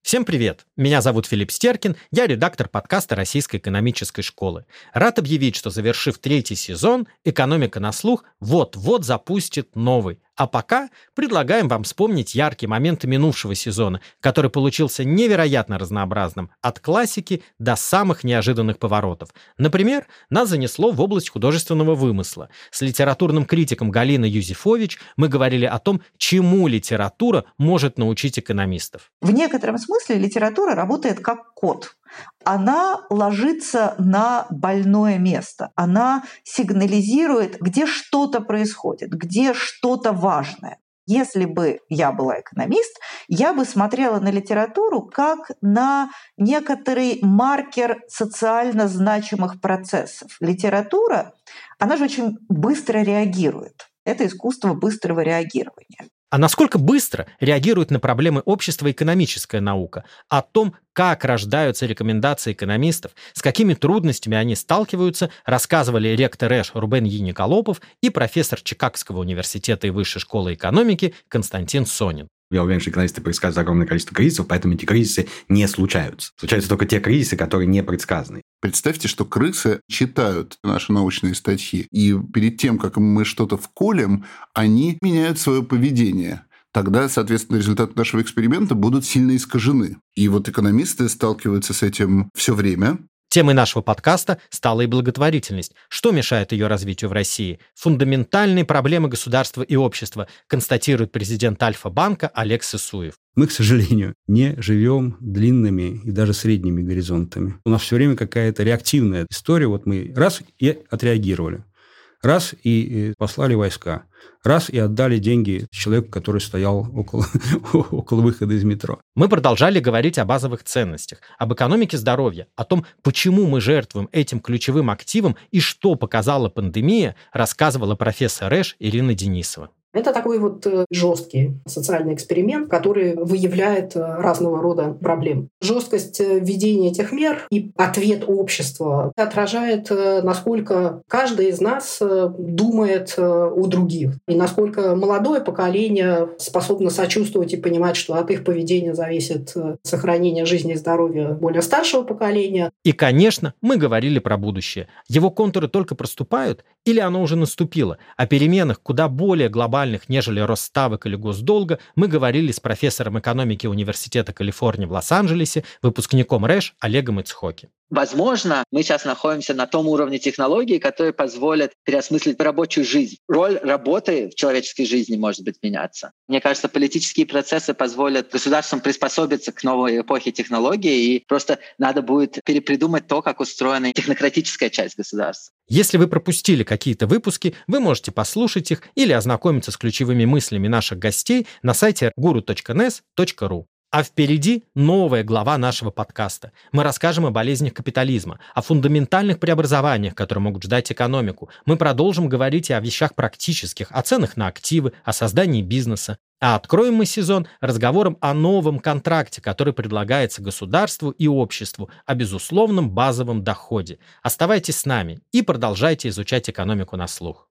Всем привет! Меня зовут Филипп Стеркин, я редактор подкаста Российской экономической школы. Рад объявить, что, завершив 3-й сезон, «Экономика на слух» вот-вот запустит новый. А пока предлагаем вам вспомнить яркие моменты минувшего сезона, который получился невероятно разнообразным, от классики до самых неожиданных поворотов. Например, нас занесло в область художественного вымысла. С литературным критиком Галиной Юзефович мы говорили о том, чему литература может научить экономистов. В некотором смысле литература работает как код. Она ложится на больное место. Она сигнализирует, где что-то происходит, где что-то важное. Если бы я была экономист, я бы смотрела на литературу как на некоторый маркер социально значимых процессов. Литература, она же очень быстро реагирует. Это искусство быстрого реагирования. А насколько быстро реагирует на проблемы общества экономическая наука? О том, как рождаются рекомендации экономистов, с какими трудностями они сталкиваются, рассказывали ректор РЭШ Рубен Йениколопов и профессор Чикагского университета и Высшей школы экономики Константин Сонин. Я уверен, что экономисты предсказывают огромное количество кризисов, поэтому эти кризисы не случаются. Случаются только те кризисы, которые не предсказаны. Представьте, что крысы читают наши научные статьи, и перед тем, как мы что-то вколем, они меняют свое поведение. Тогда, соответственно, результаты нашего эксперимента будут сильно искажены. И вот экономисты сталкиваются с этим все время. Темой нашего подкаста стала и благотворительность. Что мешает ее развитию в России? Фундаментальные проблемы государства и общества, констатирует президент Альфа-банка Олег Сысуев. Мы, к сожалению, не живем длинными и даже средними горизонтами. У нас все время какая-то реактивная история. Вот мы раз и отреагировали, раз и послали войска, раз и отдали деньги человеку, который стоял около выхода из метро. Мы продолжали говорить о базовых ценностях, об экономике здоровья, о том, почему мы жертвуем этим ключевым активом и что показала пандемия, рассказывала профессор РЭШ Ирина Денисова. Это такой вот жесткий социальный эксперимент, который выявляет разного рода проблемы. Жесткость введения этих мер и ответ общества отражает, насколько каждый из нас думает о других, и насколько молодое поколение способно сочувствовать и понимать, что от их поведения зависит сохранение жизни и здоровья более старшего поколения. И, конечно, мы говорили про будущее. Его контуры только проступают или оно уже наступило? О переменах куда более глобальных, нежели рост ставок или госдолга, мы говорили с профессором экономики Университета Калифорнии в Лос-Анджелесе, выпускником РЭШ Олегом Ицхоки. Возможно, мы сейчас находимся на том уровне технологий, который позволит переосмыслить рабочую жизнь. Роль работы в человеческой жизни может быть меняться. Мне кажется, политические процессы позволят государствам приспособиться к новой эпохе технологий, и просто надо будет перепридумать то, как устроена технократическая часть государства. Если вы пропустили какие-то выпуски, вы можете послушать их или ознакомиться с ключевыми мыслями наших гостей на сайте guru.nes.ru. А впереди новая глава нашего подкаста. Мы расскажем о болезнях капитализма, о фундаментальных преобразованиях, которые могут ждать экономику. Мы продолжим говорить и о вещах практических, о ценах на активы, о создании бизнеса. А откроем мы сезон разговором о новом контракте, который предлагается государству и обществу, о безусловном базовом доходе. Оставайтесь с нами и продолжайте изучать экономику на слух.